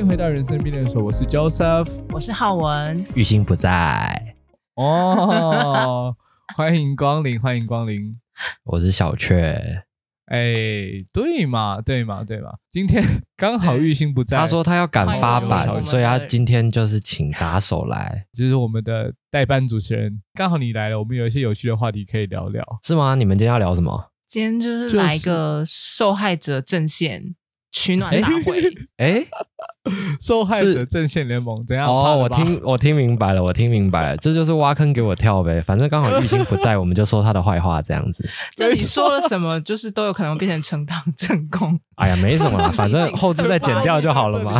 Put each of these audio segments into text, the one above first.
迎回到人生便利所，我是 Joseph， 我是浩文， 玉兴不在哦，欢迎光临，欢迎光临， 我是小雀。 对嘛，今天刚好玉兴不在， 他说他要赶发版，所以他今天就是请打手来， 就是我们的代班主持人，刚好你来了，我们有一些有趣的话题可以聊聊， 是吗？你们今天要聊什么？ 今天就是来一个受害者阵线取暖大会。 受害者阵线联盟怎样？ 哦，我听明白了，这就是挖坑给我跳呗。反正刚好玉兴不在，我们就说他的坏话这样子。 就你说了什么，就是都有可能变成呈堂证供。 哎呀，没什么啦，反正后置再剪掉就好了嘛。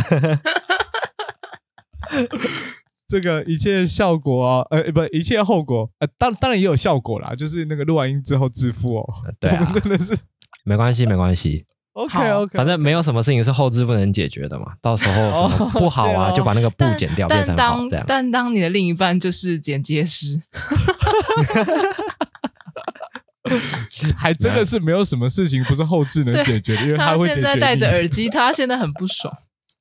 这个一切效果一切后果当然也有效果啦，就是那个录完音之后致富哦。 对啊， 我们真的是没关系。 OK， 反正没有什么事情是后置不能解决的嘛。到时候什么不好啊，就把那个布剪掉变成好这样。 但当你的另一半就是剪接师， 还真的是没有什么事情不是后置能解决的，因为他会解决。 他现在戴着耳机，他现在很不爽。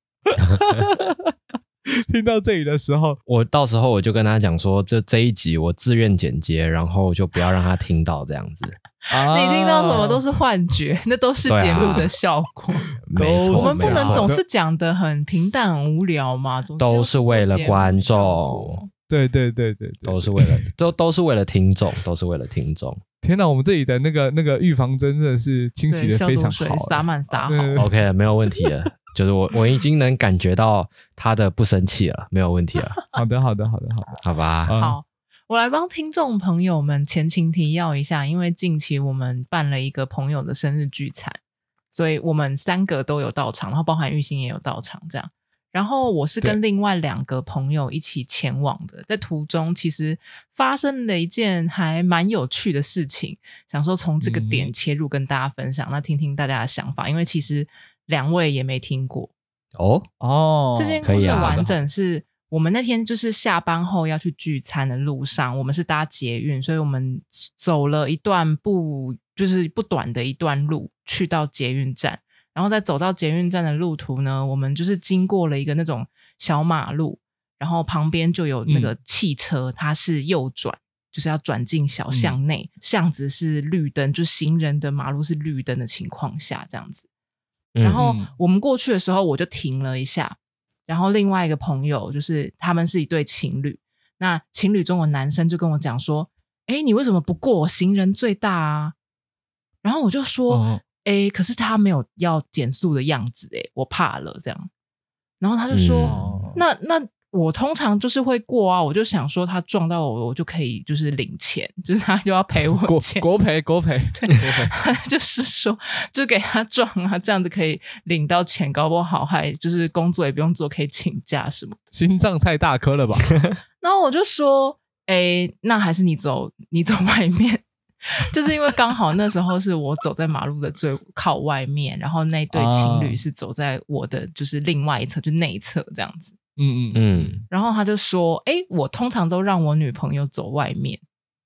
听到这里的时候， 到时候我就跟他讲说，这一集我自愿剪接，然后就不要让他听到这样子。 你听到什么都是幻觉，那都是节目的效果。 没错， 我们不能总是讲得很平淡、很无聊嘛， 都是为了观众。 对， 都是为了听众，都是为了听众。 天哪，我们这里的那个预防针真的是清洗的非常好， 洒满洒好。 OK， 没有问题了。就是我已经能感觉到他的不生气了，没有问题了。 好的，好吧。好，我来帮听众朋友们前情提要一下，因为近期我们办了一个朋友的生日聚餐，所以我们3个都有到场，然后包含玉兴也有到场这样。然后我是跟另外2个朋友一起前往的，在途中其实发生了一件还蛮有趣的事情，想说从这个点切入跟大家分享，那听听大家的想法，因为其实2位也没听过哦。 这件故事的完整是我们那天就是下班后要去聚餐的路上，我们是搭捷运，所以我们走了一段就是不短的一段路去到捷运站，然后在走到捷运站的路途呢，我们就是经过了一个那种小马路，然后旁边就有那个汽车，它是右转，就是要转进小巷内，巷子是绿灯，就行人的马路是绿灯的情况下这样子。然后我们过去的时候我就停了一下，然后另外一个朋友就是他们是一对情侣，那情侣中的男生就跟我讲说，你为什么不过，行人最大啊？然后我就说可是他没有要减速的样子我怕了这样。然后他就说那我通常就是会过啊，我就想说他撞到我就可以就是领钱，就是他就要赔我钱， 国赔对，就是说就给他撞啊，这样子可以领到钱，搞不好还就是工作也不用做，可以请假什么的。 心脏太大颗了吧？ 然后我就说那还是你走外面，就是因为刚好那时候是我走在马路的最靠外面，然后那对情侣是走在我的就是另外一侧，就内侧这样子。然后他就说我通常都让我女朋友走外面。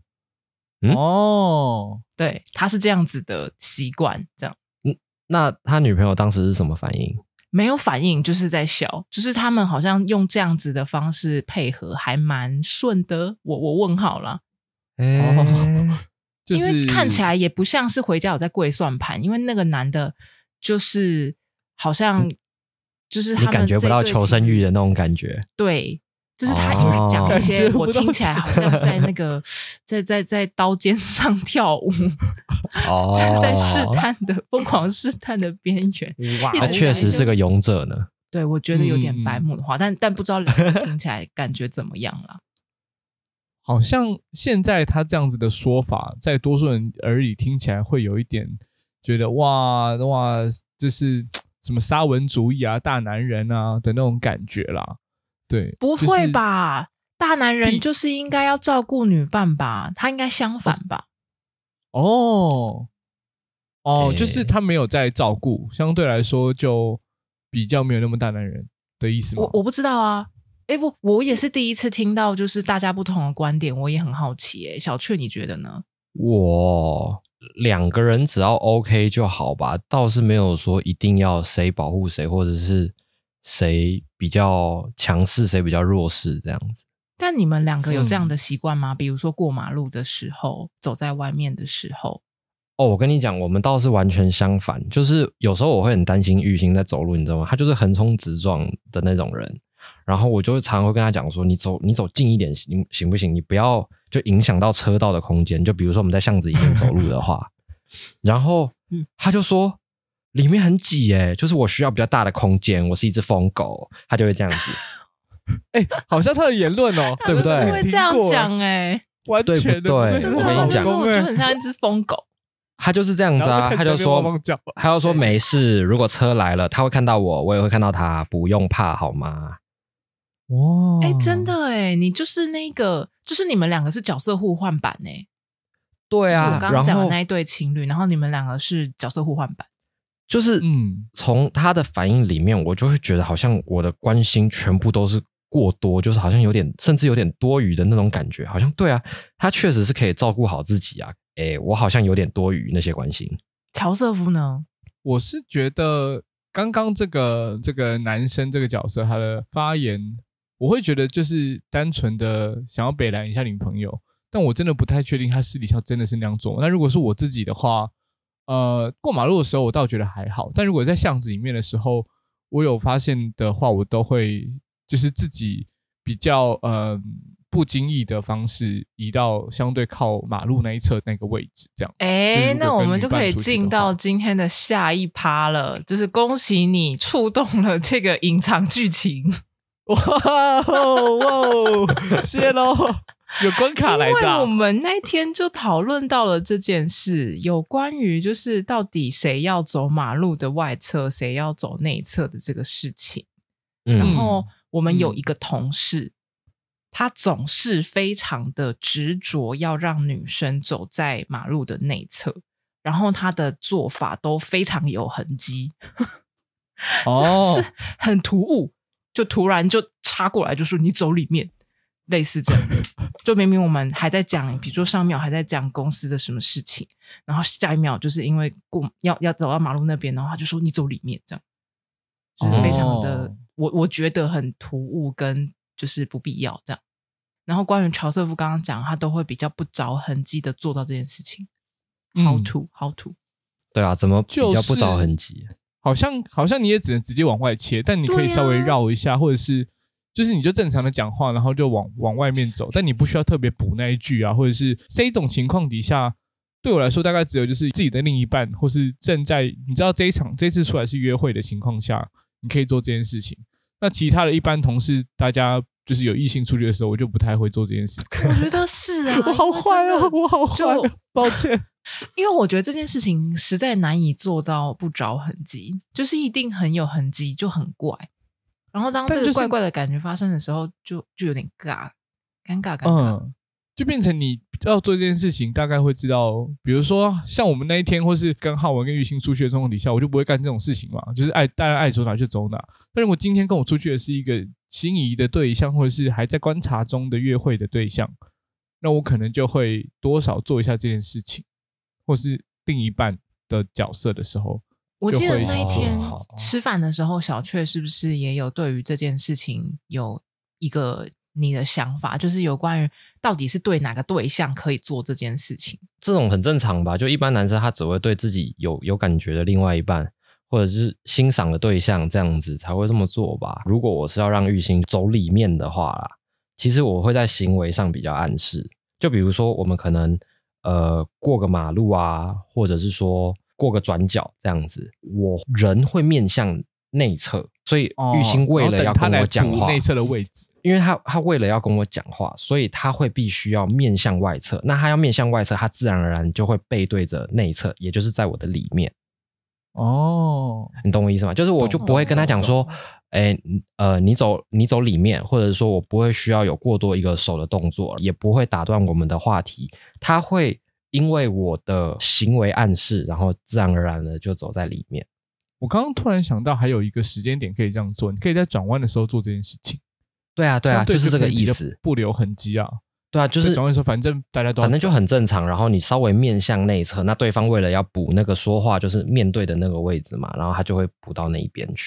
对，他是这样子的习惯这样。 那他女朋友当时是什么反应？ 没有反应，就是在笑，就是他们好像用这样子的方式配合还蛮顺的，我问号啦。 就是因为看起来也不像是回家有在跪算盘，因为那个男的就是好像就是他们你感觉不到求生欲的那种感觉。 对，就是他一直讲一些我听起来好像在那个在刀尖上跳舞，就是在疯狂试探的边缘。 哇，他确实是个勇者呢。 对，我觉得有点白目的话，但不知道两个听起来感觉怎么样啦。 好像现在他这样子的说法，在多数人耳里听起来会有一点觉得哇，这是什么沙文主义啊、大男人啊的那种感觉啦。对， 不会吧？大男人就是应该要照顾女伴吧？他应该相反吧？ 就是他没有在照顾，相对来说就比较没有那么大男人的意思吗？ 我不知道啊。我也是第一次听到，就是大家不同的观点，我也很好奇。小雀你觉得呢？ 我2个人只要 OK 就好吧，倒是没有说一定要谁保护谁，或者是谁比较强势，谁比较弱势这样子。 但你们两个有这样的习惯吗？比如说过马路的时候，走在外面的时候。 我跟你讲，我们倒是完全相反，就是有时候我会很担心玉兴在走路，你知道吗？他就是横冲直撞的那种人，然后我就会常常会跟他讲说，你走近一点行不行？你不要就影响到车道的空间。就比如说我们在巷子里面走路的话，然后他就说里面很挤耶，就是我需要比较大的空间，我是一只疯狗，他就会这样子。 好像他的言论哦，对不对？ 他会这样讲完全的， 对不对？我跟你讲， 我就很像一只疯狗。 他就是这样子啊，他就说没事，如果车来了，他会看到我，我也会看到他，不用怕好吗？ 哇， 真的你就是那个，就是你们两个是角色互换版对啊， 就是我刚刚讲的那一对情侣，然后你们两个是角色互换版。 就是从他的反应里面，我就会觉得好像我的关心全部都是过多，就是好像有点甚至有点多余的那种感觉，好像对啊，他确实是可以照顾好自己啊。我好像有点多余那些关心。 乔瑟夫呢？ 我是觉得刚刚这个男生这个角色他的发言，我会觉得就是单纯的想要北兰一下女朋友，但我真的不太确定他私底下真的是那样做。那如果是我自己的话，过马路的时候我倒觉得还好，但如果在巷子里面的时候，我有发现的话，我都会就是自己比较不经意的方式移到相对靠马路那一侧那个位置，这样。 那我们就可以进到今天的下一趴了，就是恭喜你触动了这个隐藏剧情。 哇，谢咯，有关卡来着。 因为我们那天就讨论到了这件事，有关于就是到底谁要走马路的外侧，谁要走内侧的这个事情。然后我们有一个同事，他总是非常的执着要让女生走在马路的内侧，然后他的做法都非常有痕迹，就是很突兀，就突然就插过来就说你走里面，类似这样。就明明我们还在讲，比如说上一秒还在讲公司的什么事情，然后下一秒就是因为要走到马路那边，然后他就说你走里面，这样就是非常的我觉得很突兀跟就是不必要这样。然后关于乔瑟夫刚刚讲，他都会比较不着痕迹的做到这件事情。How to？ 对啊，怎么比较不着痕迹？ 好像你也只能直接往外切，但你可以稍微绕一下，或者是就是你就正常的讲话，然后就往外面走，但你不需要特别补那一句啊，或者是这一种情况底下，对我来说大概只有就是自己的另一半，或是正在你知道这次出来是约会的情况下，你可以做这件事情。那其他的一般同事，大家就是有异性出去的时候，我就不太会做这件事。 我觉得是啊， 我好坏哦，我好坏哦，抱歉。 因为我觉得这件事情实在难以做到不着痕迹，就是一定很有痕迹，就很怪。然后当这个怪怪的感觉发生的时候，就有点尴尬。 就变成你要做这件事情，大概会知道，比如说像我们那一天，或是跟浩文跟玉兴出去的状况底下，我就不会干这种事情嘛，就是大家爱走哪就走哪。但如果今天跟我出去的是一个心仪的对象，或者是还在观察中的约会的对象，那我可能就会多少做一下这件事情，或是另一半的角色的时候。 我记得那一天吃饭的时候，小雀是不是也有对于这件事情有一个你的想法，就是有关于到底是对哪个对象可以做这件事情？ 这种很正常吧，就一般男生他只会对自己有感觉的另外一半，或者是欣赏的对象这样子才会这么做吧。如果我是要让玉兴走里面的话啦，其实我会在行为上比较暗示，就比如说我们可能过个马路啊，或者是说过个转角这样子，我人会面向内侧，所以玉兴为了要跟我讲话， 内侧的位置， 因为他为了要跟我讲话，所以他会必须要面向外侧。那他要面向外侧，他自然而然就会背对着内侧，也就是在我的里面。你懂我意思吗？就是我就不会跟他讲说，你走里面，或者是说我不会需要有过多一个手的动作，也不会打断我们的话题。他会因为我的行为暗示，然后自然而然的就走在里面。 我刚刚突然想到，还有一个时间点可以这样做，你可以在转弯的时候做这件事情。 对啊，就是这个意思， 不留痕迹啊。 对啊，就是转弯的时候，反正大家都反正就很正常。然后你稍微面向内侧，那对方为了要补那个说话，就是面对的那个位置嘛，然后他就会补到那一边去。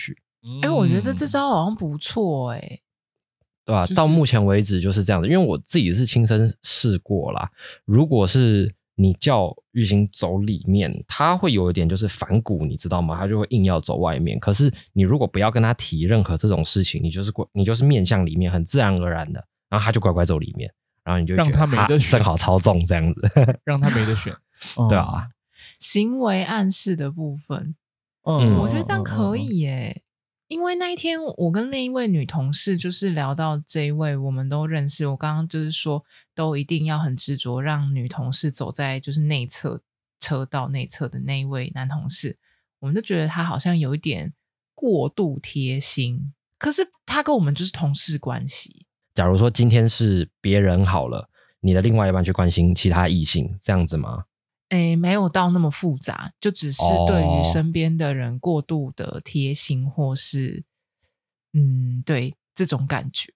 我觉得这招好像不错对吧？到目前为止就是这样的，因为我自己是亲身试过啦。如果是你叫玉兴走里面，他会有一点就是反骨，你知道吗？他就会硬要走外面。可是你如果不要跟他提任何这种事情，你就是面向里面，很自然而然的，然后他就乖乖走里面，然后你就觉得让他没得选， 正好操纵这样子， 让他没得选， 对啊。 行为暗示的部分，我觉得这样可以耶。因为那一天我跟另一位女同事就是聊到这一位我们都认识，我刚刚就是说都一定要很执着让女同事走在就是内侧车道内侧的那一位男同事，我们就觉得他好像有一点过度贴心，可是他跟我们就是同事关系。 假如说今天是别人好了，你的另外一半去关心其他异性，这样子吗？ 没有到那么复杂，就只是对于身边的人过度的贴心，或是对这种感觉。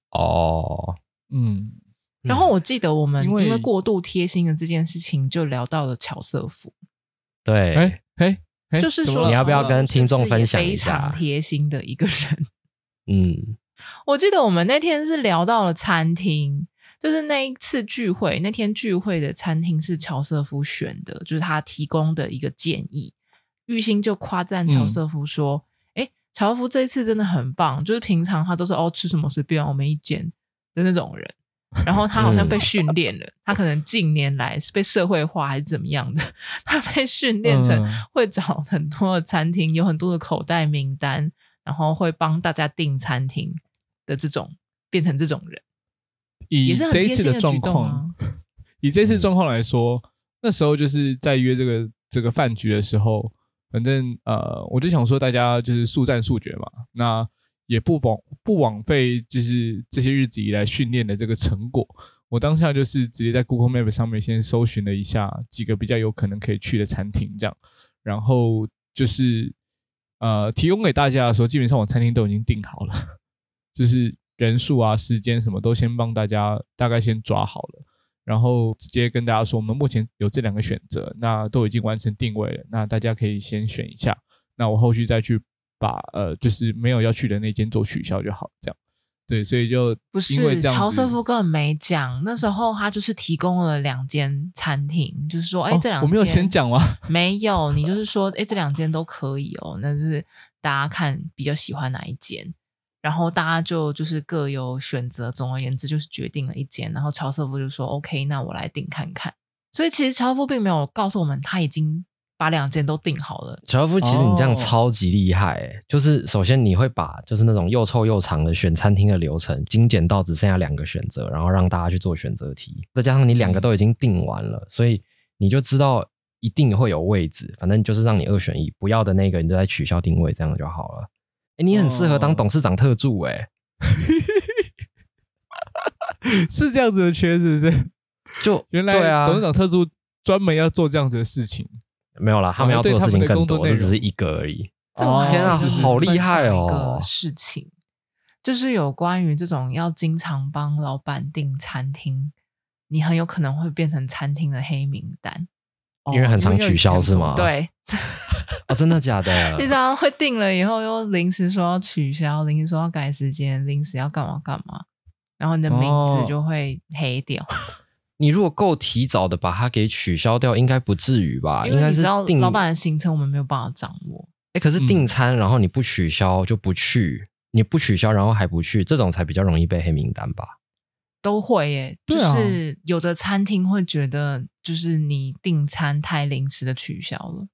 然后我记得我们因为过度贴心的这件事情，就聊到了乔瑟夫。 对， 就是说你要不要跟听众分享一下？ 非常贴心的一个人。我记得我们那天是聊到了餐厅。就是那一次聚会，那天聚会的餐厅是乔瑟夫选的，就是他提供的一个建议。玉兴就夸赞乔瑟夫说：“乔瑟夫这一次真的很棒，就是平常他都是吃什么随便我们一间的那种人，然后他好像被训练了，他可能近年来是被社会化还是怎么样的，他被训练成会找很多的餐厅，有很多的口袋名单，然后会帮大家订餐厅的这种，变成这种人。” 以这一次的状况，以这次状况来说，那时候就是在约这个饭局的时候，反正我就想说大家就是速战速决嘛，那也不枉费就是这些日子以来训练的这个成果。我当下就是直接在 Google Map 上面先搜寻了一下几个比较有可能可以去的餐厅，这样，然后就是提供给大家的时候，基本上我餐厅都已经订好了，就是人数啊、时间什么都先帮大家大概先抓好了，然后直接跟大家说，我们目前有这2个选择，那都已经完成定位了，那大家可以先选一下，那我后续再去把就是没有要去的那间做取消就好，这样。对，所以就不是乔瑟夫根本没讲，那时候他就是提供了2间餐厅，就是说，这2间我没有先讲吗？ 没有，你就是说，这2间都可以哦，那就是大家看比较喜欢哪一间。然后大家就是各有选择，总而言之就是决定了一间，然后乔瑟夫就说 OK， 那我来订看看。所以其实乔瑟夫并没有告诉我们他已经把2间都订好了。 乔瑟夫其实你这样超级厉害就是首先你会把就是那种又臭又长的选餐厅的流程精简到只剩下2个选择，然后让大家去做选择题，再加上你2个都已经订完了，所以你就知道一定会有位置，反正就是让你2选1，不要的那个你就再取消定位，这样就好了。你很适合当董事长特助是这样子的圈子是？ 就原来董事长特助专门要做这样子的事情？ 没有啦，他们要做的事情更多，这只是一个而已。天啊，好厉害哦！ 一个事情就是有关于这种要经常帮老板订餐厅，你很有可能会变成餐厅的黑名单， 因为很常取消是吗？ 对。 真的假的？ 你常常会订了以后又临时说要取消，临时说要改时间，临时要干嘛干嘛，然后你的名字就会黑掉。 你如果够提早的把它给取消掉，应该不至于吧？ 因为你知道老板的行程我们没有办法掌握。 可是订餐然后你不取消就不去，你不取消然后还不去，这种才比较容易被黑名单吧？ 都会耶，就是有的餐厅会觉得就是你订餐太临时的取消了。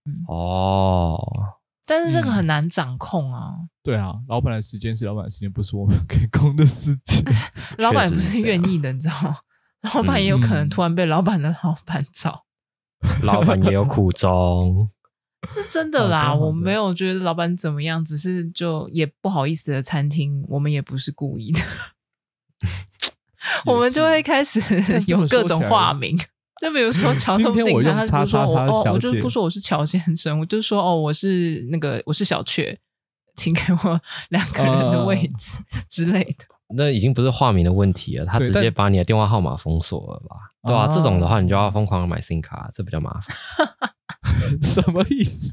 但是这个很难掌控啊。 对啊，老板的时间是老板的时间，不是我们可以供的时间。 老板不是愿意的，你知道吗？老板也有可能突然被老板的老板找。 老板也有苦衷。 是真的啦，我没有觉得老板怎么样，只是就也不好意思的餐厅，我们也不是故意的。我们就会开始有各种化名，就比如说乔瑟夫订餐，他就说我就不说我是乔先生，我就说我是小雀，请给我2个人的位置之类的。 那已经不是化名的问题了，他直接把你的电话号码封锁了吧？对啊，这种的话你就要疯狂的买 SIM 卡，这比较麻烦。 什么意思？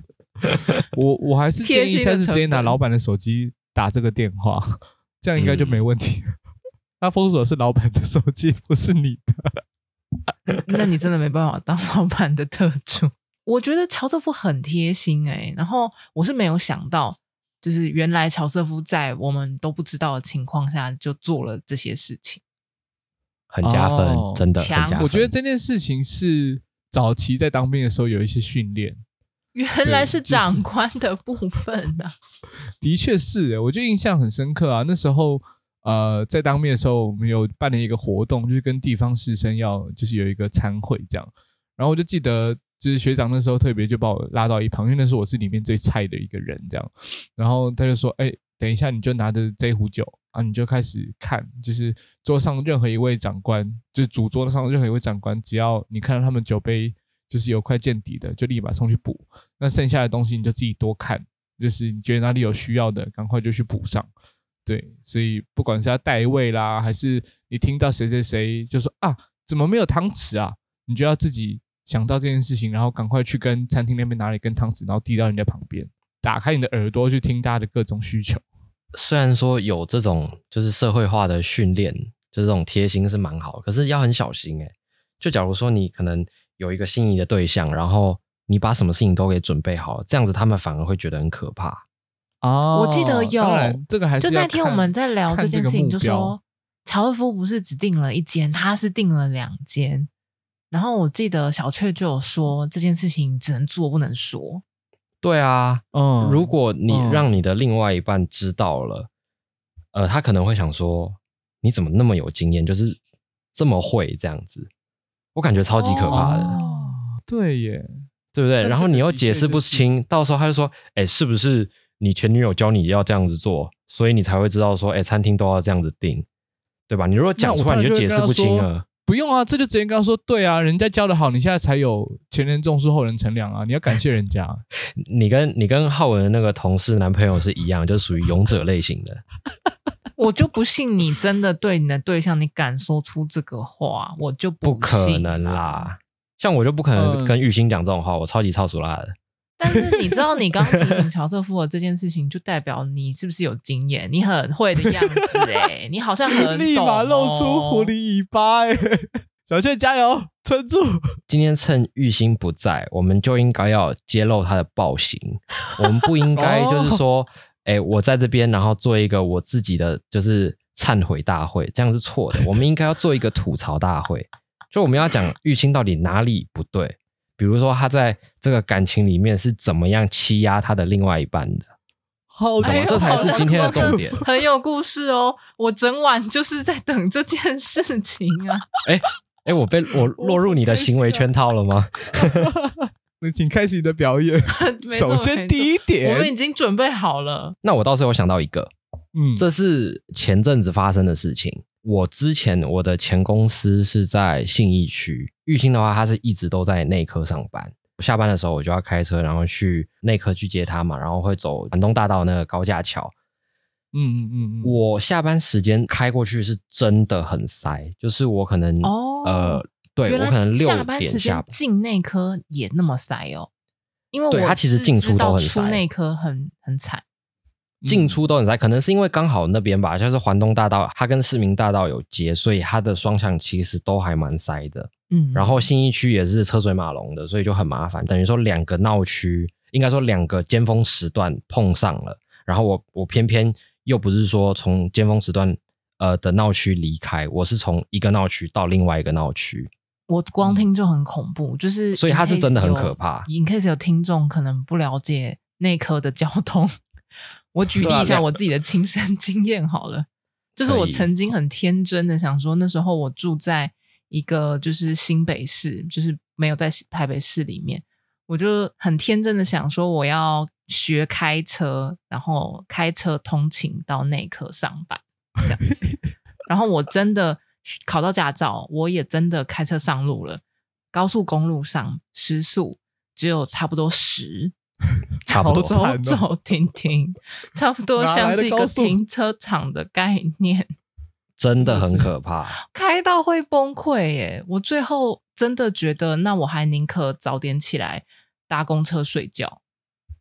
我还是建议下次直接拿老板的手机打这个电话，这样应该就没问题。他封锁的是老板的手机，不是你的。 那你真的没办法当老板的特助。我觉得乔瑟夫很贴心然后我是没有想到，就是原来乔瑟夫在我们都不知道的情况下就做了这些事情， 很加分，真的很加分。 我觉得这件事情是早期在当兵的时候有一些训练， 原来是长官的部分啊。 的确是，我就印象很深刻啊。那时候在当兵的时候，我们有办了一个活动，就是跟地方士绅就是有一个餐会这样。然后我就记得，就是学长那时候特别就把我拉到一旁，因为那时候我是里面最菜的一个人这样。然后他就说：“等一下你就拿着这壶酒啊，你就开始看，就是桌上任何一位长官，就是主桌上任何一位长官，只要你看到他们酒杯就是有快见底的，就立马送去补。那剩下的东西你就自己多看，就是你觉得哪里有需要的，赶快就去补上。”对，所以不管是要带位啦，还是你听到谁谁谁就说啊，怎么没有汤匙啊，你就要自己想到这件事情，然后赶快去跟餐厅那边拿了一根汤匙，然后递到人家旁边，打开你的耳朵去听大家的各种需求。 虽然说有这种就是社会化的训练，就是这种贴心是蛮好，可是要很小心就假如说你可能有一个心仪的对象，然后你把什么事情都给准备好，这样子他们反而会觉得很可怕。 我记得有， 当然这个还是要就那天我们在聊这件事情，就说乔瑟夫不是只订了一间，他是订了2间。然后我记得小雀就有说这件事情只能做不能说。 对啊，如果你让你的另外一半知道了，他可能会想说你怎么那么有经验，就是这么会这样子，我感觉超级可怕的。 对耶， 对不对？然后你又解释不清，到时候他就说是不是你前女友教你要这样子做，所以你才会知道说餐厅都要这样子订，对吧？你如果讲出来你就解释不清了。 不用啊，这就直接跟他说，对啊，人家教的好，你现在才有前人种树后人乘凉啊，你要感谢人家。 你跟浩文的那个同事男朋友是一样，就属于勇者类型的。 我就不信你真的对你的对象你敢说出这个话，我就不信。 不可能啦，像我就不可能跟玉兴讲这种话，我超级超俗辣的。 但是你知道你刚提醒乔瑟夫的这件事情，就代表你是不是有经验，你很会的样子你好像很懂立马露出狐狸尾巴小雀加油，撑住！ 今天趁玉兴不在，我们就应该要揭露他的暴行。我们不应该就是说我在这边然后做一个我自己的就是忏悔大会，这样是错的。我们应该要做一个吐槽大会，就我们要讲玉兴到底哪里不对，比如说他在这个感情里面是怎么样欺压他的另外一半的。 好， 这才是今天的重点。 很有故事哦，我整晚就是在等这件事情啊。 我落入你的行为圈套了吗？ 请开始你的表演。首先第一点， 我们已经准备好了。 那我倒是有想到一个，这是前阵子发生的事情。我之前我的前公司是在信义区，玉兴的话他是一直都在内科上班，下班的时候我就要开车然后去内科去接他嘛，然后会走环东大道那个高架桥。我下班时间开过去是真的很塞，就是我可能对，我可能6点下班时间进内科也那么塞哦，因为我他其实进出都很塞， 出内科很惨， 进出都很塞，可能是因为刚好那边吧，就是环东大道它跟市民大道有接，所以它的双向其实都还蛮塞的。然后信义区也是车水马龙的，所以就很麻烦，等于说2个闹区，应该说2个尖峰时段碰上了，然后我偏偏又不是说从尖峰时段的闹区离开，我是从一个闹区到另外一个闹区。 我光听就很恐怖，就是所以它是真的很可怕。 in case 有听众可能不了解内科的交通，我举例一下我自己的亲身经验好了。就是我曾经很天真的想说，那时候我住在一个就是新北市，就是没有在台北市里面，我就很天真的想说我要学开车，然后开车通勤到内科上班这样子。然后我真的考到驾照，我也真的开车上路了，高速公路上时速只有差不多10， 差不多走走停停，差不多像是一个停车场的概念， 真的很可怕， 开到会崩溃耶！我最后真的觉得，那我还宁可早点起来搭公车睡觉。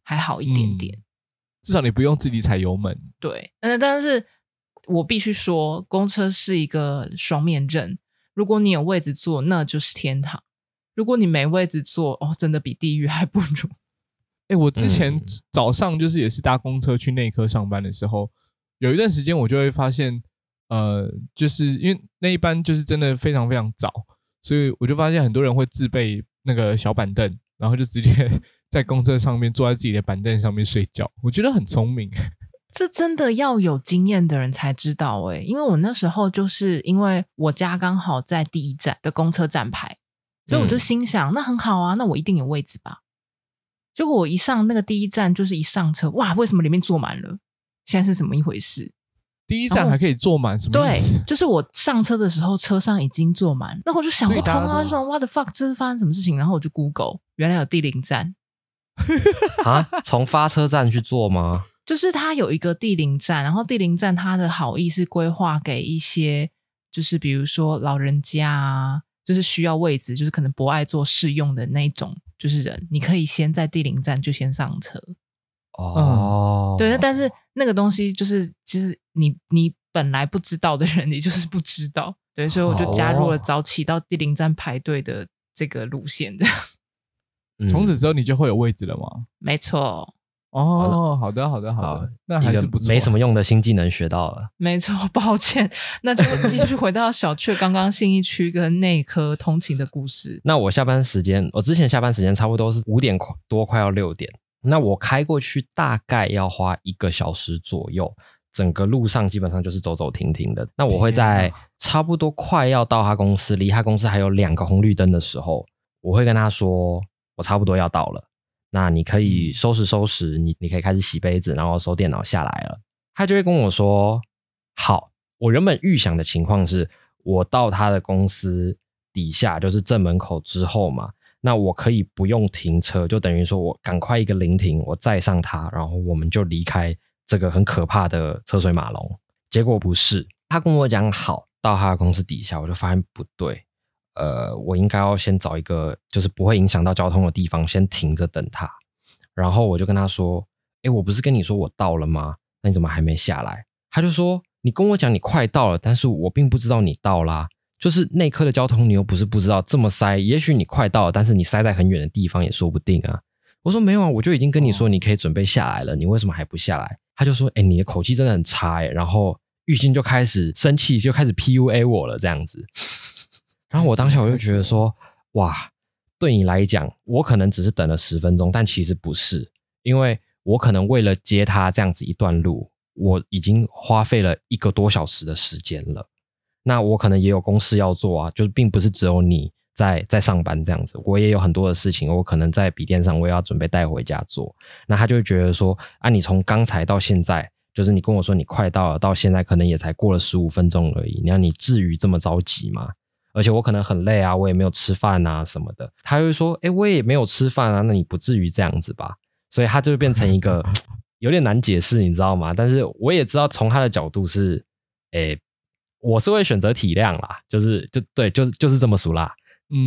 还好一点点。 至少你不用自己踩油门。 对，但是我必须说，公车是一个双面刃。如果你有位置坐，那就是天堂；如果你没位置坐，真的比地狱还不如。 我之前早上就是也是搭公车去内科上班的时候，有一段时间我就会发现，就是因为那一班就是真的非常非常早，所以我就发现很多人会自备那个小板凳，然后就直接在公车上面坐在自己的板凳上面睡觉，我觉得很聪明。 这真的要有经验的人才知道因为我那时候就是因为我家刚好在第一站的公车站牌，所以我就心想，那很好啊，那我一定有位置吧。结果我一上那个第一站，就是一上车，哇，为什么里面坐满了？现在是怎么一回事？ 第一站还可以坐满，什么意思？ 对，就是我上车的时候车上已经坐满，那我就想不通啊，就说 what the fuck， 这是发生什么事情？然后我就 Google， 原来有第0站。 啊，从发车站去坐吗？ 就是它有一个第0站，然后第0站它的好意是规划给一些，就是比如说老人家啊，就是需要位置，就是可能不爱做试用的那种，就是人，你可以先在第0站就先上车。对，但是那个东西就是其实你本来不知道的人，你就是不知道。对，所以我就加入了早起到第0站排队的这个路线的。 从此之后你就会有位置了吗？ 没错。 好的，那还是不错， 没什么用的新技能学到了。 没错，抱歉，那就继续回到小雀刚刚信义区跟内科通勤的故事。 那我下班时间，我之前下班时间差不多是5点多，快要6点。那我开过去大概要花1个小时左右，整个路上基本上就是走走停停的。那我会在差不多快要到他公司，离他公司还有2个红绿灯的时候，我会跟他说，我差不多要到了。那你可以收拾，你可以开始洗杯子，然后收电脑下来了。他就会跟我说，好。我原本预想的情况是，我到他的公司底下，就是正门口之后嘛，那我可以不用停车，就等于说我赶快一个临停，我载上他，然后我们就离开这个很可怕的车水马龙。结果不是，他跟我讲好，到他的公司底下，我就发现不对。我应该要先找一个就是不会影响到交通的地方，先停着等他。然后我就跟他说，我不是跟你说我到了吗？那你怎么还没下来？他就说，你跟我讲你快到了，但是我并不知道你到啦。就是内科的交通你又不是不知道，这么塞，也许你快到了，但是你塞在很远的地方也说不定啊。我说没有啊，我就已经跟你说你可以准备下来了，你为什么还不下来？他就说，你的口气真的很差然后郁金就开始生气，就开始 PUA 我了这样子。然后我当下我就觉得说，哇，对你来讲，我可能只是等了10分钟，但其实不是，因为我可能为了接他这样子一段路，我已经花费了1个多小时的时间了。那我可能也有公事要做啊，就是并不是只有你在上班这样子，我也有很多的事情，我可能在笔电上我也要准备带回家做。那他就会觉得说，你从刚才到现在，就是你跟我说你快到了，到现在可能也才过了15分钟而已，你至于这么着急吗？而且我可能很累啊，我也没有吃饭啊什么的。他会说，我也没有吃饭啊，那你不至于这样子吧？所以他就变成一个有点难解释，你知道吗？但是我也知道从他的角度是，我是会选择体谅啦，就是这么俗啦。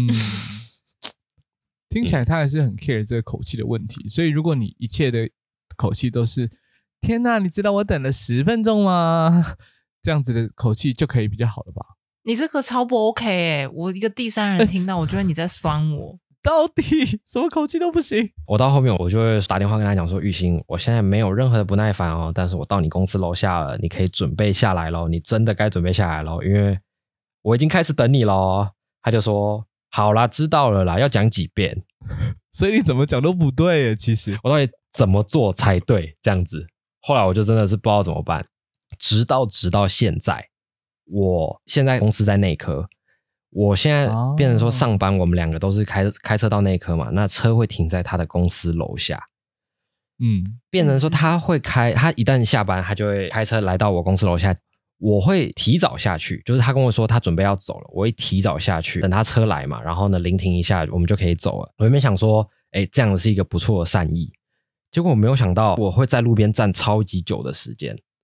听起来他还是很 care 这个口气的问题。所以如果你一切的口气都是天哪，你知道我等了10分钟吗？这样子的口气就可以比较好了吧？ 你这个超不 OK 我一个第三人听到，我觉得你在酸我。 到底什么口气都不行。 我到后面我就会打电话跟他讲说，郁欣，我现在没有任何的不耐烦哦，但是我到你公司楼下了，你可以准备下来咯，你真的该准备下来咯，因为我已经开始等你咯。他就说，好啦，知道了啦，要讲几遍。 所以你怎么讲都不对耶，其实我到底怎么做才对这样子。后来我就真的是不知道怎么办，直到现在，我现在公司在内科，我现在变成说上班，我们2个都是开车到内科嘛，那车会停在他的公司楼下。变成说他一旦下班，他就会开车来到我公司楼下，我会提早下去，就是他跟我说他准备要走了，我会提早下去，等他车来嘛，然后呢临停一下，我们就可以走了。我原本想说，这样是一个不错的善意，结果我没有想到我会在路边站超级久的时间。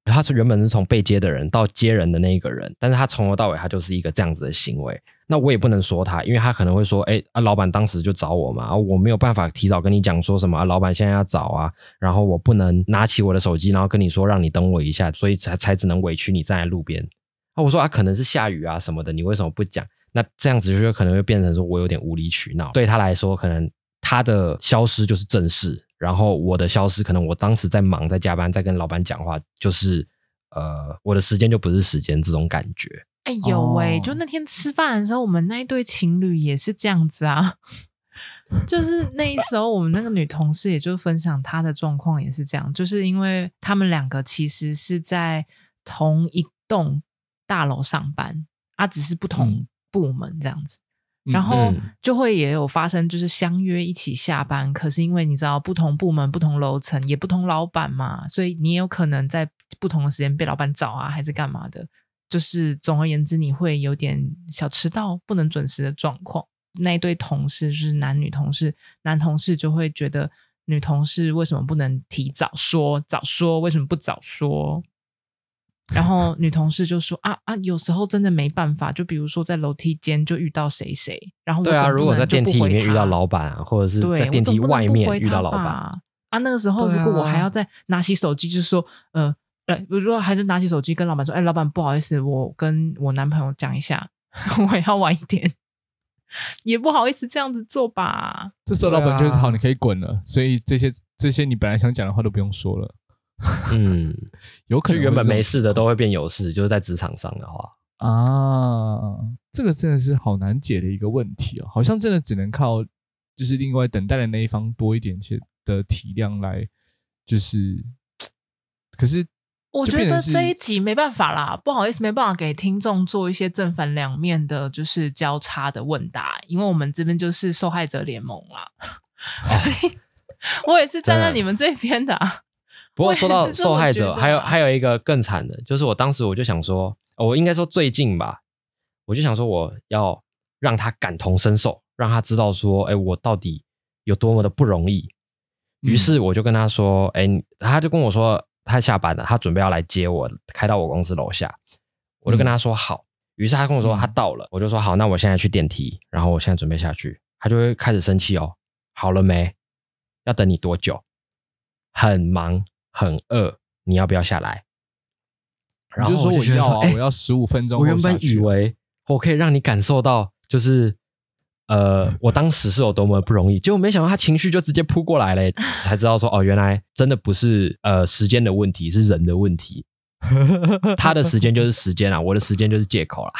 他原本是从被接的人到接人的那一个人，但是他从头到尾他就是一个这样子的行为。那我也不能说他，因为他可能会说老板当时就找我嘛，我没有办法提早跟你讲说什么老板现在要找啊，然后我不能拿起我的手机然后跟你说让你等我一下，所以才只能委屈你站在路边。我说可能是下雨啊什么的，你为什么不讲？那这样子就可能会变成说我有点无理取闹。对他来说，可能他的消失就是正事，然后我的消失可能我当时在忙在加班在跟老板讲话，就是我的时间就不是时间这种感觉。 有就那天吃饭的时候我们那一对情侣也是这样子啊就是那时候我们那个女同事也就分享她的状况也是这样，就是因为他们两个其实是在同一栋大楼上班只是不同部门这样子，然后就会也有发生就是相约一起下班，可是因为你知道不同部门不同楼层也不同老板嘛，所以你也有可能在不同的时间被老板找还是干嘛的，就是总而言之你会有点小迟到不能准时的状况。那一对同事就是男女同事，男同事就会觉得女同事为什么不能提早说为什么不早说，然后女同事就说有时候真的没办法，就比如说在楼梯间就遇到谁谁，然后我对啊，如果在电梯里面遇到老板或者是在电梯外面遇到老板那个时候如果我还要再拿起手机就是说比如说还是拿起手机跟老板说老板不好意思我跟我男朋友讲一下我也要晚一点也不好意思这样子做吧。 这时候老板就会好你可以滚了，所以这些你本来想讲的话都不用说了有可能原本没事的都会变有事，就是在职场上的话这个真的是好难解的一个问题好像真的只能靠就是另外等待的那一方多一点的体谅来就是可是我觉得这一集没办法啦，不好意思没办法给听众做一些正反两面的就是交叉的问答，因为我们这边就是受害者联盟啦所以我也是站在你们这边的不过说到受害者还有一个更惨的，就是我当时我就想说我应该说最近吧，我就想说我要让他感同身受，让他知道说我到底有多么的不容易。于是我就跟他说他就跟我说他下班了，他准备要来接我开到我公司楼下，我就跟他说好。于是他跟我说他到了，我就说好，那我现在去电梯，然后我现在准备下去。他就会开始生气好了没？要等你多久？很忙很饿，你要不要下来？然后我就说我要15分钟。 我原本以为我可以让你感受到就是我当时是有多么不容易，结果没想到他情绪就直接扑过来了才知道说原来真的不是时间的问题，是人的问题他的时间就是时间我的时间就是借口啦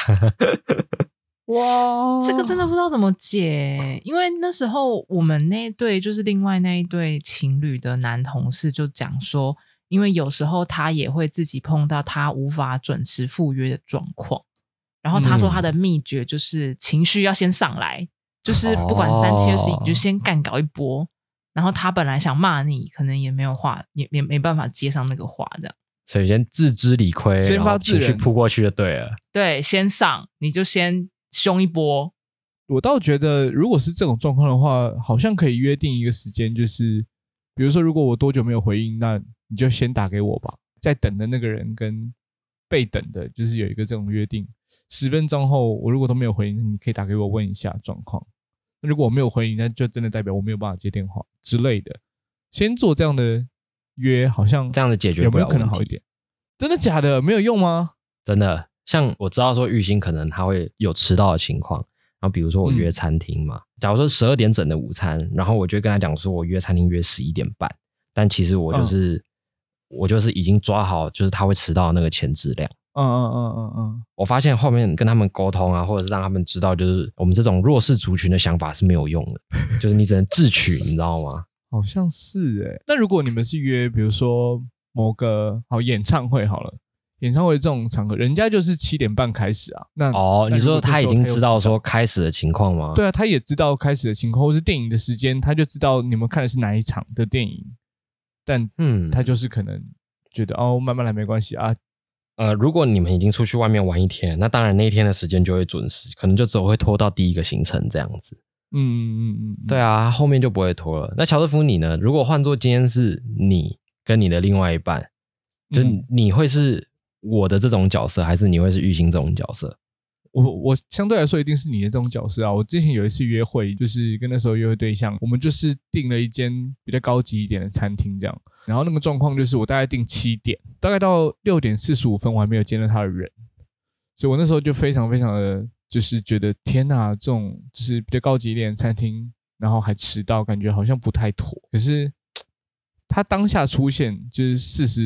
哇，这个真的不知道怎么解，因为那时候我们那一对就是另外那一对情侣的男同事就讲说，因为有时候他也会自己碰到他无法准时赴约的状况，然后他说他的秘诀就是情绪要先上来，就是不管3720你就先干搞一波，然后他本来想骂你可能也没有话也没办法接上那个话这样， 所以先自知理亏， 先把情绪扑过去就对了。 对，先上你就先凶一波。 我倒觉得如果是这种状况的话，好像可以约定一个时间，就是比如说如果我多久没有回应，那你就先打给我吧，在等的那个人跟被等的就是有一个这种约定，10分钟后我如果都没有回应，你可以打给我问一下状况，如果我没有回应，那就真的代表我没有办法接电话之类的，先做这样的约，好像这样的解决不了问题， 有没有可能好一点？真的假的？没有用吗？ 真的，像我知道说玉兴可能他会有迟到的情况，然后比如说我约餐厅嘛，假如说12点整的午餐，然后我就跟他讲说我约餐厅约11点半，但其实我就是已经抓好就是他会迟到的那个前质量。我发现后面跟他们沟通或者是让他们知道就是我们这种弱势族群的想法是没有用的就是你只能智取你知道吗？ 好像是那如果你们是约比如说某个演唱会好了，演唱会这种场合人家就是7点半开始那你说他已经知道说开始的情况吗？ 对啊，他也知道开始的情况或是电影的时间，他就知道你们看的是哪一场的电影，但他就是可能觉得慢慢来没关系如果你们已经出去外面玩一天，那当然那一天的时间就会准时，可能就只会拖到第一个行程这样子。对啊，后面就不会拖了。那乔瑟夫你呢？如果换作今天是你跟你的另外一半， 就你会是我的这种角色，还是你会是玉兴这种角色？ 我相对来说一定是你的这种角色啊！我之前有一次约会，就是跟那时候约会对象，我们就是订了一间比较高级一点的餐厅这样。然后那个状况就是我大概订7点，大概到6点45分我还没有见到他的人，所以我那时候就非常非常的就是觉得天哪，这种就是比较高级一点的餐厅，然后还迟到，感觉好像不太妥。可是他当下出现，就是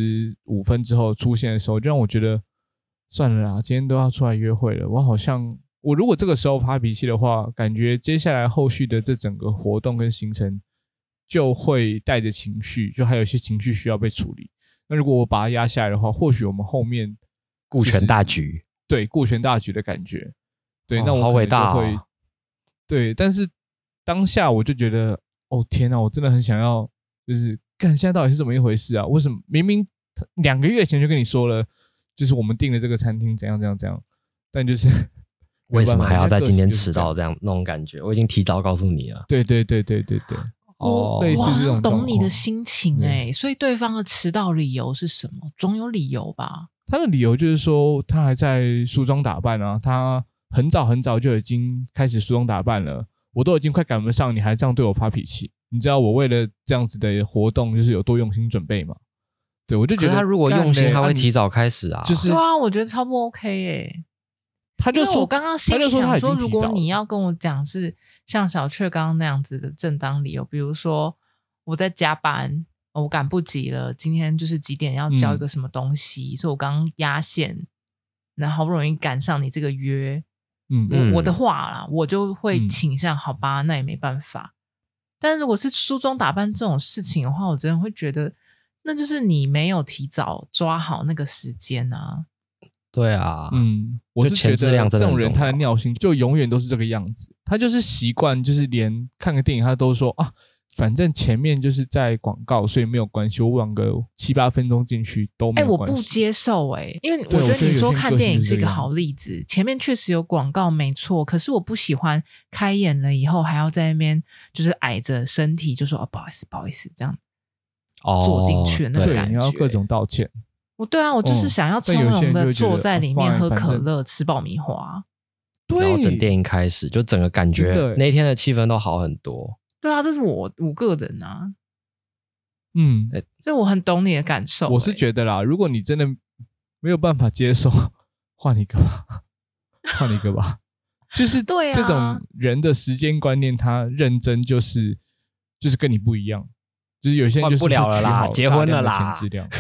45分之后出现的时候，就让我觉得算了啦，今天都要出来约会了，我如果这个时候发脾气的话，感觉接下来后续的这整个活动跟行程就会带着情绪，就还有一些情绪需要被处理。那如果我把它压下来的话，或许我们后面顾全大局， 对，顾全大局的感觉，对，那我好伟大就会对，但是当下我就觉得，哦天哪，我真的很想要，就是看现在到底是怎么一回事啊？为什么明明2个月前就跟你说了？就是我们订的这个餐厅怎样，但就是为什么还要在今天迟到这样那种感觉？我已经提早告诉你了。 对，类似这种。 我懂你的心情所以对方的迟到理由是什么？总有理由吧？ 他的理由就是说他还在梳妆打扮啊，他很早就已经开始梳妆打扮了，我都已经快赶不上，你还这样对我发脾气？你知道我为了这样子的活动就是有多用心准备吗？对，我就觉得他如果用心，他会提早开始啊。 对啊，我觉得超不 OK 他就说， 我刚刚心里想说，如果你要跟我讲是像小雀刚刚那样子的正当理由，比如说我在加班，我赶不及了，今天就是几点要交一个什么东西，所以我刚刚压线，然后好不容易赶上你这个约，我的话啦，我就会倾向好吧，那也没办法。但是如果是梳妆打扮这种事情的话，我真的会觉得那就是你没有提早抓好那个时间啊。 对啊， 我是觉得这种人他的尿性就永远都是这个样子，他就是习惯，就是连看个电影他都说啊，反正前面就是在广告，所以没有关系，我晚个7、8分钟进去都没有关系。 我不接受因为我觉得你说看电影是一个好例子，前面确实有广告没错，可是我不喜欢开演了以后还要在那边就是矮着身体就说不好意思这样坐进去的那个感觉， 你要各种道歉。 对啊，我就是想要从容的坐在里面喝可乐吃爆米花， 然后等电影开始，就整个感觉那天的气氛都好很多。 对啊，这是我个人啊，所以我很懂你的感受。 我是觉得啦，如果你真的没有办法接受，换一个吧，就是这种人的时间观念，他认真就是跟你不一样。就是有些人就是换不了了啦，结婚了啦， 所以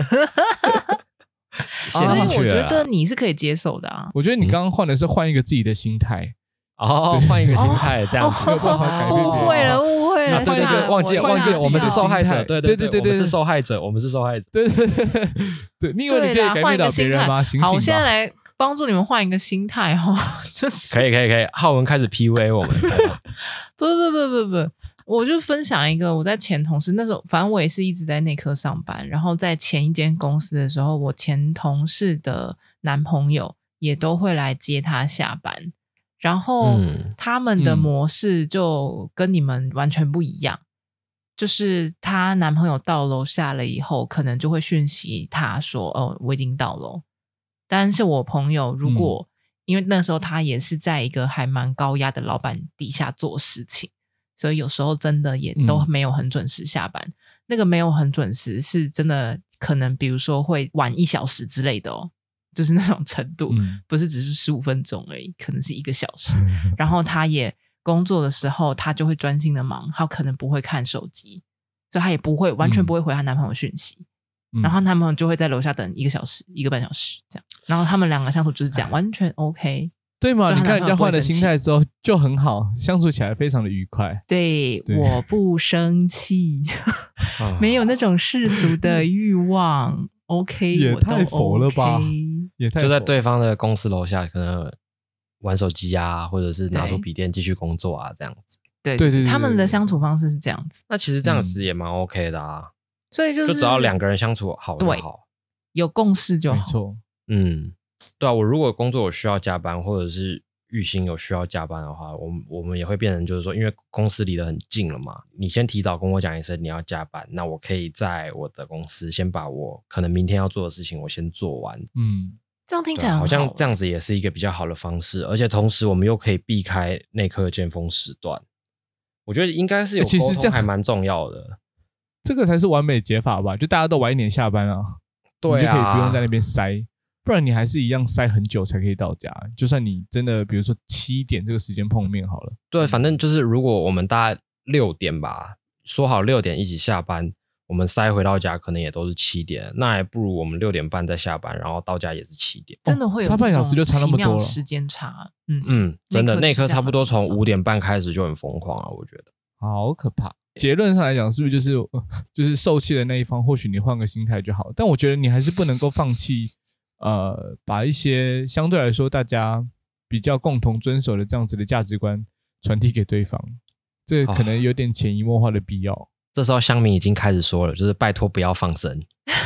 我觉得你是可以接受的啊。 我觉得你刚刚换的是换一个自己的心态换一个心态这样子， 没有办法改变。 误会了， 对，忘记了，我们是受害者，对，我们是受害者， 对，你以为你可以改变到别人吗？ 好，我现在来帮助你们换一个心态就是可以，浩文开始 PUA 我们。 不，我就分享一个我在前同事那时候，反正我也是一直在内科上班，然后在前一间公司的时候，我前同事的男朋友也都会来接他下班，然后他们的模式就跟你们完全不一样，就是她男朋友到楼下了以后，可能就会讯息他说我已经到了。但是我朋友如果因为那时候他也是在一个还蛮高压的老板底下做事情，所以有时候真的也都没有很准时下班。那个没有很准时是真的可能比如说会晚1小时之类的就是那种程度，不是只是15分钟而已，可能是1个小时。然后他也工作的时候他就会专心的忙，他可能不会看手机，所以他也不会完全不会回他男朋友讯息，然后他们就会在楼下等1个小时1个半小时这样，然后他们2个相处就是这样，完全 OK。 对嘛？你看人家换了心态之后就很好，相处起来非常的愉快。 对，我不生气，没有那种世俗的欲望。OK， 也太佛了吧！也太就在对方的公司楼下，可能玩手机啊，或者是拿出笔电继续工作啊，这样子。 对，他们的相处方式是这样子。 那其实这样子也蛮 OK 的啊。 所以就只要2个人相处好就好， 有共识就好。 没错， 对啊，我如果工作我需要加班，或者是玉兴有需要加班的话，我们也会变成就是说，因为公司离得很近了嘛，你先提早跟我讲一声你要加班，那我可以在我的公司先把我可能明天要做的事情我先做完。 这样听起来好像这样子也是一个比较好的方式，而且同时我们又可以避开内科尖峰时段。我觉得应该是有沟通还蛮重要的， 这个才是完美解法吧？就大家都晚一点下班啊， 对啊， 你就可以不用在那边塞，不然你还是一样塞很久才可以到家。就算你真的比如说7点这个时间碰面好了， 对，反正就是如果我们大概6点吧，说好6点一起下班，我们塞回到家可能也都是7点，那还不如我们6点半再下班，然后到家也是7点， 真的会有差半小时就差那么多了， 时间差。 真的内科差不多从5点半开始就很疯狂啊，我觉得好可怕。结论上来讲，是不是就是受气的那一方，或许你换个心态就好。但我觉得你还是不能够放弃，把一些相对来说大家比较共同遵守的这样子的价值观传递给对方，这可能有点潜移默化的必要。 这时候乡民已经开始说了，就是拜托不要放生。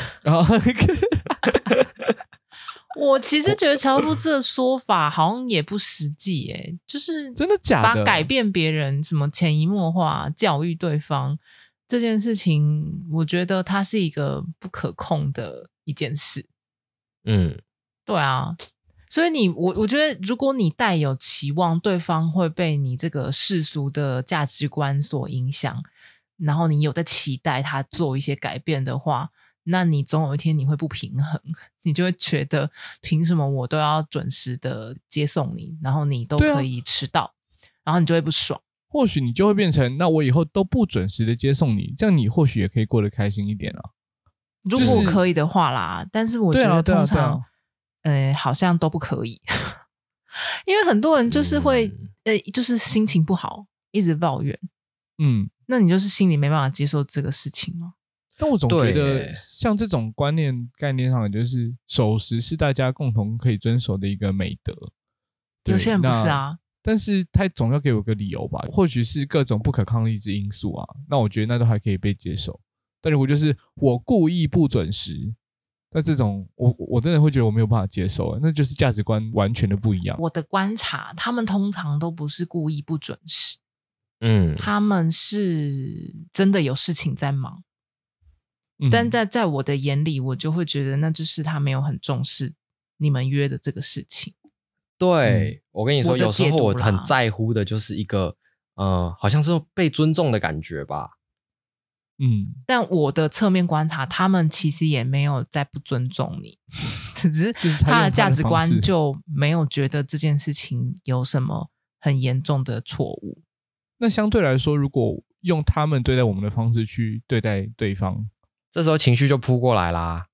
我其实觉得樵夫这个说法好像也不实际耶，就是真的假的？ 把改变别人什么潜移默化教育对方这件事情，我觉得它是一个不可控的一件事。对啊，所以我觉得如果你带有期望对方会被你这个世俗的价值观所影响，然后你有在期待他做一些改变的话，那你总有一天你会不平衡，你就会觉得凭什么我都要准时的接送你，然后你都可以迟到，然后你就会不爽。 或许你就会变成，那我以后都不准时的接送你，这样你或许也可以过得开心一点啊。 如果可以的话啦，但是我觉得通常好像都不可以。因为很多人就是会就是心情不好一直抱怨，那你就是心里没办法接受这个事情吗？ 但我总觉得像这种观念概念上，就是守时是大家共同可以遵守的一个美德。 有些人不是啊， 但是他总要给我个理由吧，或许是各种不可抗力之因素啊，那我觉得那都还可以被接受。但如果就是我故意不准时，那这种我真的会觉得我没有办法接受，那就是价值观完全的不一样。 我的观察，他们通常都不是故意不准时，他们是真的有事情在忙。但在我的眼里，我就会觉得那就是他没有很重视你们约的这个事情。 对，我跟你说，有时候我很在乎的就是一个好像是被尊重的感觉吧。 但我的侧面观察，他们其实也没有在不尊重你，只是他的价值观就没有觉得这件事情有什么很严重的错误。 那相对来说，如果用他们对待我们的方式去对待对方， 这时候情绪就扑过来啦。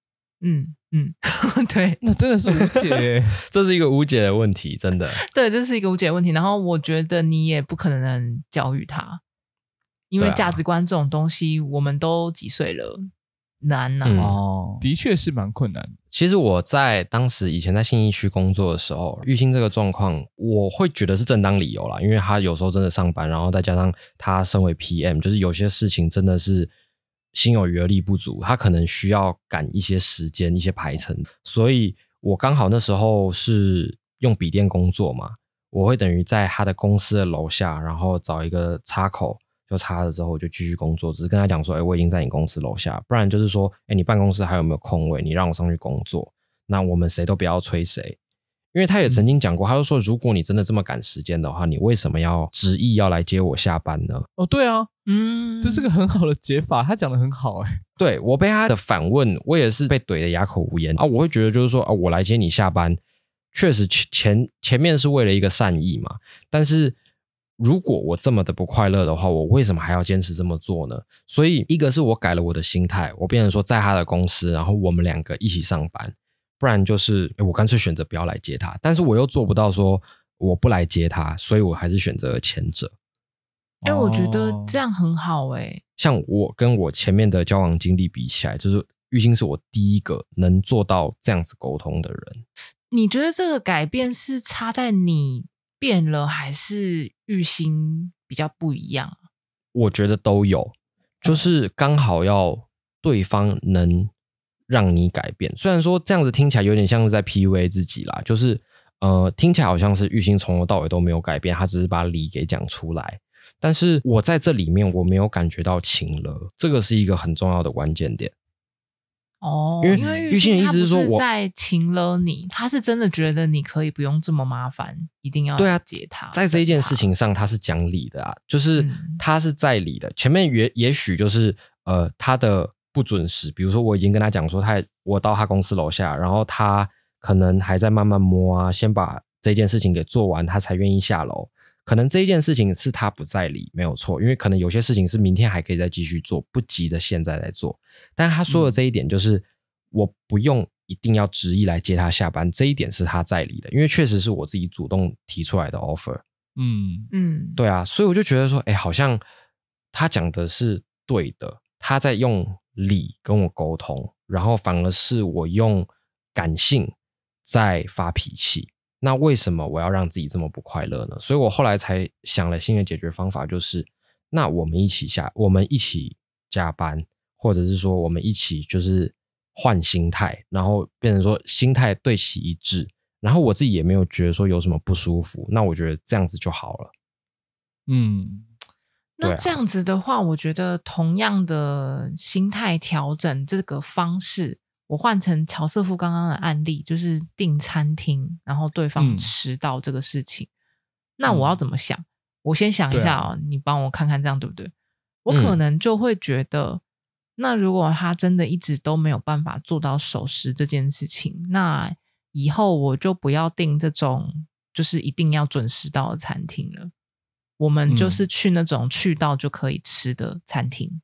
对， 那真的是无解这是一个无解的问题，真的。 对，这是一个无解的问题。然后我觉得你也不可能教育他，因为价值观这种东西，我们都几岁了，难啊。 的确是蛮困难的。 其实我在当时以前在信义区工作的时候，玉兴这个状况，我会觉得是正当理由啦，因为他有时候真的上班，然后再加上他身为 PM， 就是有些事情真的是心有余而力不足，他可能需要赶一些时间、一些排程，所以我刚好那时候是用笔电工作嘛，我会等于在他的公司的楼下，然后找一个插口，就插了之后我就继续工作，只是跟他讲说，我已经在你公司楼下，不然就是说，你办公室还有没有空位，你让我上去工作，那我们谁都不要催谁。因为他也曾经讲过，他就说，如果你真的这么赶时间的话，你为什么要执意要来接我下班呢？ 对啊，这是个很好的解法，他讲得很好对，我被他的反问，我也是被怼得哑口无言啊！我会觉得就是说我来接你下班，确实前面是为了一个善意嘛，但是如果我这么的不快乐的话，我为什么还要坚持这么做呢？所以一个是我改了我的心态，我变成说在他的公司，然后我们两个一起上班，不然就是我干脆选择不要来接他，但是我又做不到说我不来接他，所以我还是选择了前者。 我觉得这样很好像我跟我前面的交往经历比起来，就是玉兴是我第一个能做到这样子沟通的人。 你觉得这个改变是差在你变了，还是玉兴比较不一样？ 我觉得都有，就是刚好要对方能让你改变。虽然说这样子听起来有点像是在 PUA 自己啦，就是听起来好像是玉兴从头到尾都没有改变，他只是把理给讲出来。但是我在这里面我没有感觉到情了，这个是一个很重要的关键点。 哦， 因为玉兴的意思是说我在情了你，他是真的觉得你可以不用这么麻烦，一定要接他。 在这一件事情上他是讲理的啊，就是他是在理的。前面也许就是他的不准时，比如说我已经跟他讲说我到他公司楼下，然后他可能还在慢慢摸啊，先把这件事情给做完他才愿意下楼。可能这一件事情是他不在理，没有错，因为可能有些事情是明天还可以再继续做，不急着现在在做。但他说的这一点就是我不用一定要执意来接他下班，这一点是他在理的，因为确实是我自己主动提出来的 offer。对啊，所以我就觉得说好像他讲的是对的，他在用理跟我沟通，然后反而是我用感性在发脾气。那为什么我要让自己这么不快乐呢？所以我后来才想了新的解决方法，就是那我们一起加班，或者是说我们一起就是换心态，然后变成说心态对齐一致，然后我自己也没有觉得说有什么不舒服，那我觉得这样子就好了。 那这样子的话，我觉得同样的心态调整这个方式，我换成乔瑟夫刚刚的案例，就是订餐厅，然后对方迟到这个事情，那我要怎么想？我先想一下你帮我看看这样对不对？我可能就会觉得，那如果他真的一直都没有办法做到守时这件事情，那以后我就不要订这种就是一定要准时到的餐厅了，我们就是去那种去到就可以吃的餐厅，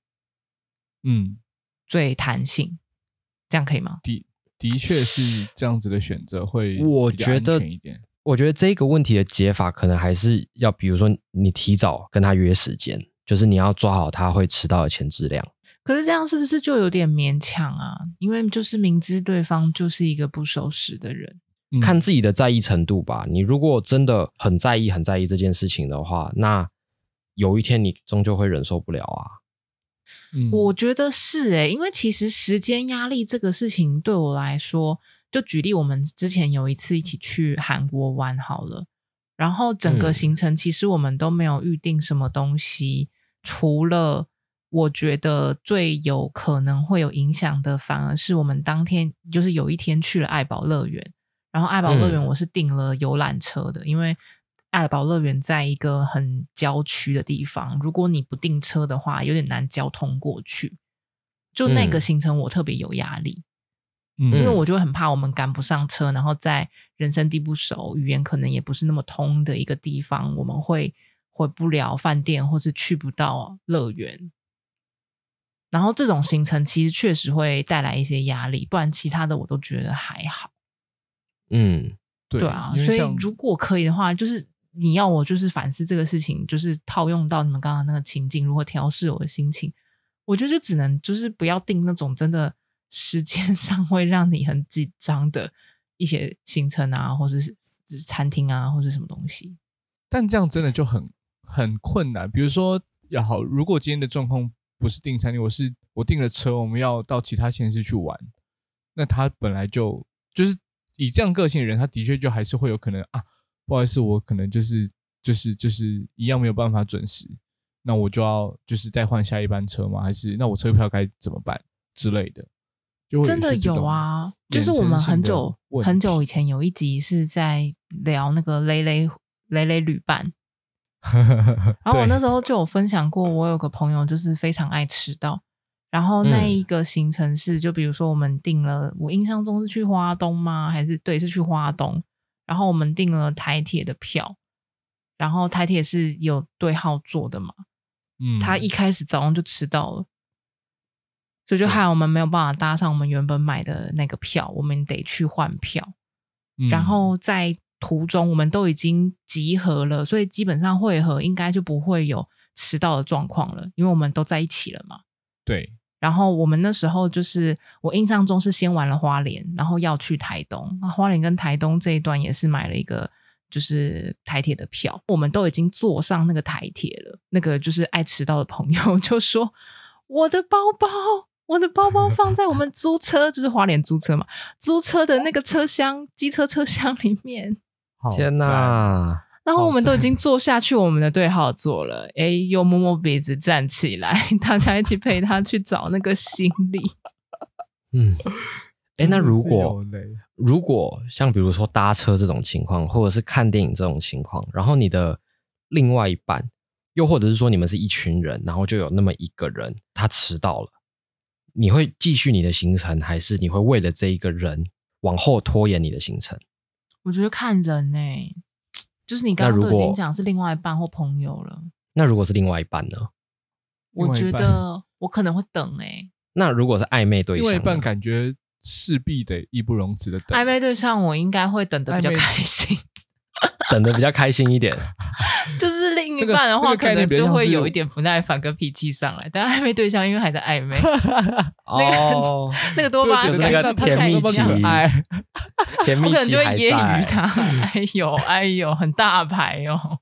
最弹性。这样可以吗？ 的确是这样子的选择会比较安全一点。 我觉得这个问题的解法可能还是要，比如说你提早跟他约时间，就是你要抓好他会迟到的前质量。 可是这样是不是就有点勉强啊？因为就是明知对方就是一个不守时的人。 看自己的在意程度吧。你如果真的很在意这件事情的话，那有一天你终究会忍受不了啊。 我觉得是因为其实时间压力这个事情对我来说，就举例我们之前有一次一起去韩国玩好了，然后整个行程其实我们都没有预定什么东西，除了我觉得最有可能会有影响的反而是我们当天就是有一天去了爱宝乐园，然后爱宝乐园我是订了游览车的，因为爱宝乐园在一个很郊区的地方，如果你不订车的话有点难交通过去，就那个行程我特别有压力，因为我就很怕我们赶不上车，然后在人生地不熟，语言可能也不是那么通的一个地方，我们会回不了饭店或是去不到乐园，然后这种行程其实确实会带来一些压力，不然其他的我都觉得还好。对啊，所以如果可以的话，就是你要我就是反思这个事情，就是套用到你们刚刚那个情境，如何调试我的心情，我觉得就只能就是不要定那种真的时间上会让你很紧张的一些行程啊，或者是餐厅啊，或者什么东西。 但这样真的就很困难。比如说，好，如果今天的状况不是订餐厅，我订了车，我们要到其他县市去玩，那他本来就是以这样个性的人，他的确就还是会有可能啊，不好意思，我可能就是一样没有办法准时，那我就要就是再换下一班车吗？还是那我车票该怎么办之类的？ 真的有啊，就是我们很久以前有一集是在聊那个雷雷旅伴，然后我那时候就有分享过，我有个朋友就是非常爱迟到。然后那一个行程是就比如说我们订了，我印象中是去花东吗？还是对，是去花东。然后我们订了台铁的票，然后台铁是有对号坐的嘛，他一开始早上就迟到了，所以就害我们没有办法搭上我们原本买的那个票，我们得去换票。然后在途中我们都已经集合了，所以基本上会合应该就不会有迟到的状况了，因为我们都在一起了嘛。 对。 然后我们那时候就是我印象中是先玩了花莲，然后要去台东，花莲跟台东这一段也是买了一个就是台铁的票，我们都已经坐上那个台铁了，那个就是爱迟到的朋友就说我的包包放在我们租车就是花莲租车嘛，租车的那个车厢机车车厢里面， 天哪！ 然后我们都已经坐下去我们的对号座了，又摸摸鼻子站起来，大家一起陪他去找那个行李。 那如果像比如说搭车这种情况，或者是看电影这种情况，然后你的另外一半，又或者是说你们是一群人，然后就有那么一个人他迟到了，你会继续你的行程，还是你会为了这一个人往后拖延你的行程？ 我觉得看人就是你刚刚都已经讲是另外一半或朋友了。那如果是另外一半呢？ 我觉得我可能会等那如果是暧昧对象， 另外一半感觉势必得义不容辞的等。 暧昧对象我应该会等得比较开心， 等得比较开心一点。 就是另一半的话，可能就会有一点不耐烦跟脾气上来。但暧昧对象因为还在暧昧，那个多巴胺那个甜蜜期，甜蜜期我可能就会揶揄他，哎呦，很大牌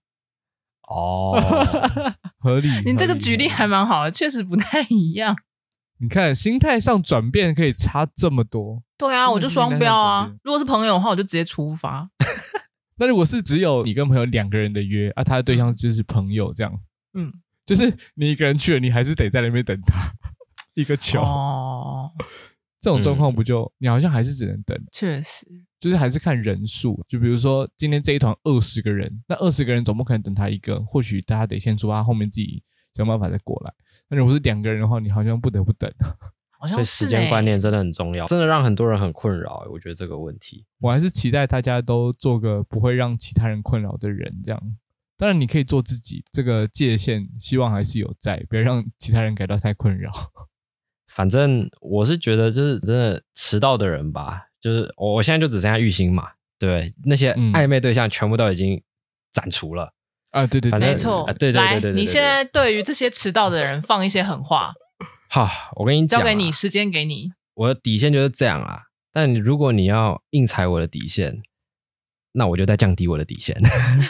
合理。 你这个举例还蛮好的，确实不太一样。 你看心态上转变可以差这么多。 对啊，我就双标啊。如果是朋友的话，我就直接出发。 那如果是只有你跟朋友2个人的约他的对象就是朋友这样，就是你一个人去了，你还是得在那边等他一个球。这种状况不就你好像还是只能等。 确实， 就是还是看人数。就比如说今天这一团20个人，那20个人总不可能等他一个，或许大家得先出发，后面自己想办法再过来。那如果是2个人的话，你好像不得不等。 所以时间观念真的很重要，真的让很多人很困扰。我觉得这个问题， 我还是期待大家都做个不会让其他人困扰的人，这样。当然你可以做自己，这个界限希望还是有在，不要让其他人感到太困扰。 反正我是觉得就是真的迟到的人吧，就是我现在就只剩下玉兴嘛，对，那些暧昧对象全部都已经斩除了对， 没错， 对， 来，你现在对于这些迟到的人放一些狠话。 好，我跟你讲， 交给你，时间给你。 我的底线就是这样啦。但如果你要硬踩我的底线，那我就再降低我的底线。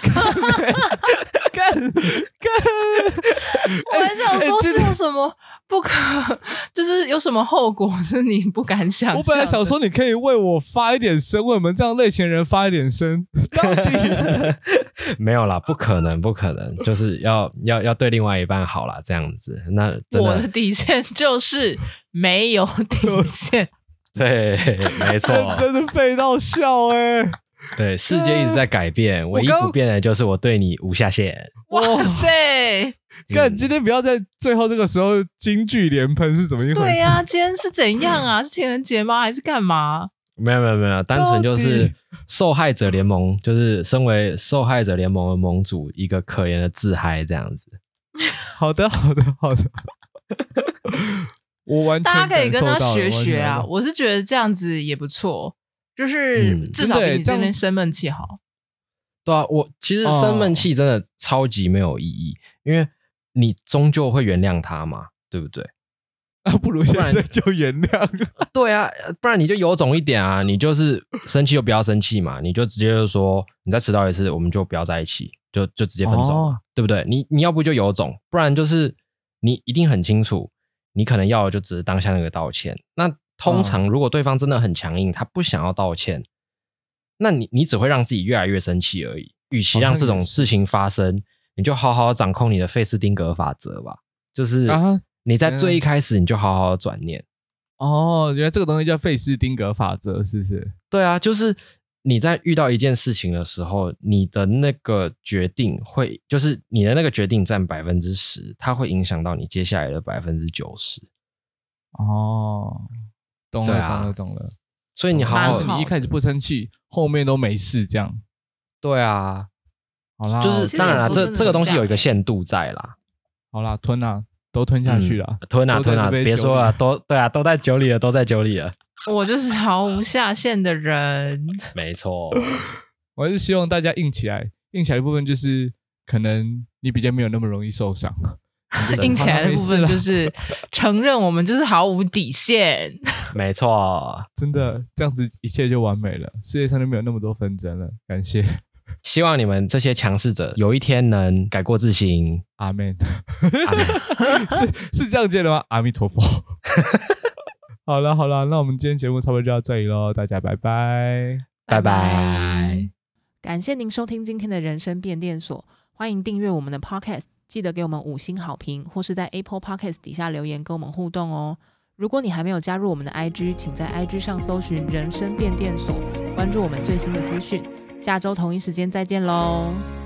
我还想说是有什么不可，就是有什么后果是你不敢想象的。 我本来想说你可以为我发一点声，为我们这样类型的人发一点声。到底没有啦，不可能，就是要对另外一半好啦，这样子。那真的我的底线就是没有底线。 对，没错， 真的废到笑对，世界一直在改变，唯一不变的就是我对你无下限。 哇塞！ 干，今天不要在最后这个时候金句连喷是怎么一回事？ 对啊，今天是怎样啊？是情人节吗？还是干嘛？ 没有，单纯就是受害者联盟，就是身为受害者联盟的盟主，一个可怜的自嗨这样子。 好的。我完全大家可以跟他学啊！我是觉得这样子也不错。就是至少比你这边生闷气好。 对啊，我其实生闷气真的超级没有意义，因为你终究会原谅他嘛，对不对？ 不如现在就原谅。 对啊，不然你就有种一点啊，你就是生气就不要生气嘛，你就直接就说你再迟到一次，我们就不要在一起，就直接分手嘛，对不对？你要不就有种，不然就是你一定很清楚，你可能要的就只是当下那个道歉。那通常如果对方真的很强硬，他不想要道歉，那你只会让自己越来越生气而已。与其让这种事情发生，你就好好掌控你的费斯汀格法则吧，就是你在最一开始你就好好转念。 原来这个东西叫费斯汀格法则，是不是？ 对啊，就是你在遇到一件事情的时候，你的那个决定会，就是你的那个决定占 10%， 它会影响到你接下来的 90%。 懂了。所以你好好，你一开始不生气，后面都没事，这样。 对啊， 好啦， 就是当然啦，这个东西有一个限度在啦。 好啦，吞啊，都吞下去了， 吞啊，别说了，都在酒里了， 我就是毫无下限的人。 没错， 我还是希望大家硬起来的部分就是可能你比较没有那么容易受伤。 硬起来的部分就是承认我们就是毫无底线。 没错， 真的这样子一切就完美了，世界上就没有那么多纷争了。感谢， 希望你们这些强势者有一天能改过自新。 阿们。是这样接的吗？阿弥陀佛。好了，那我们今天节目差不多就到这里咯，大家拜拜， 拜拜。 感谢您收听今天的人生变电所，欢迎订阅我们的 Podcast， 记得给我们5星好评，或是在 Apple Podcast 底下留言跟我们互动哦。如果你还没有加入我们的 IG， 请在 IG 上搜寻人生变电所，关注我们最新的资讯。下周同一时间再见喽。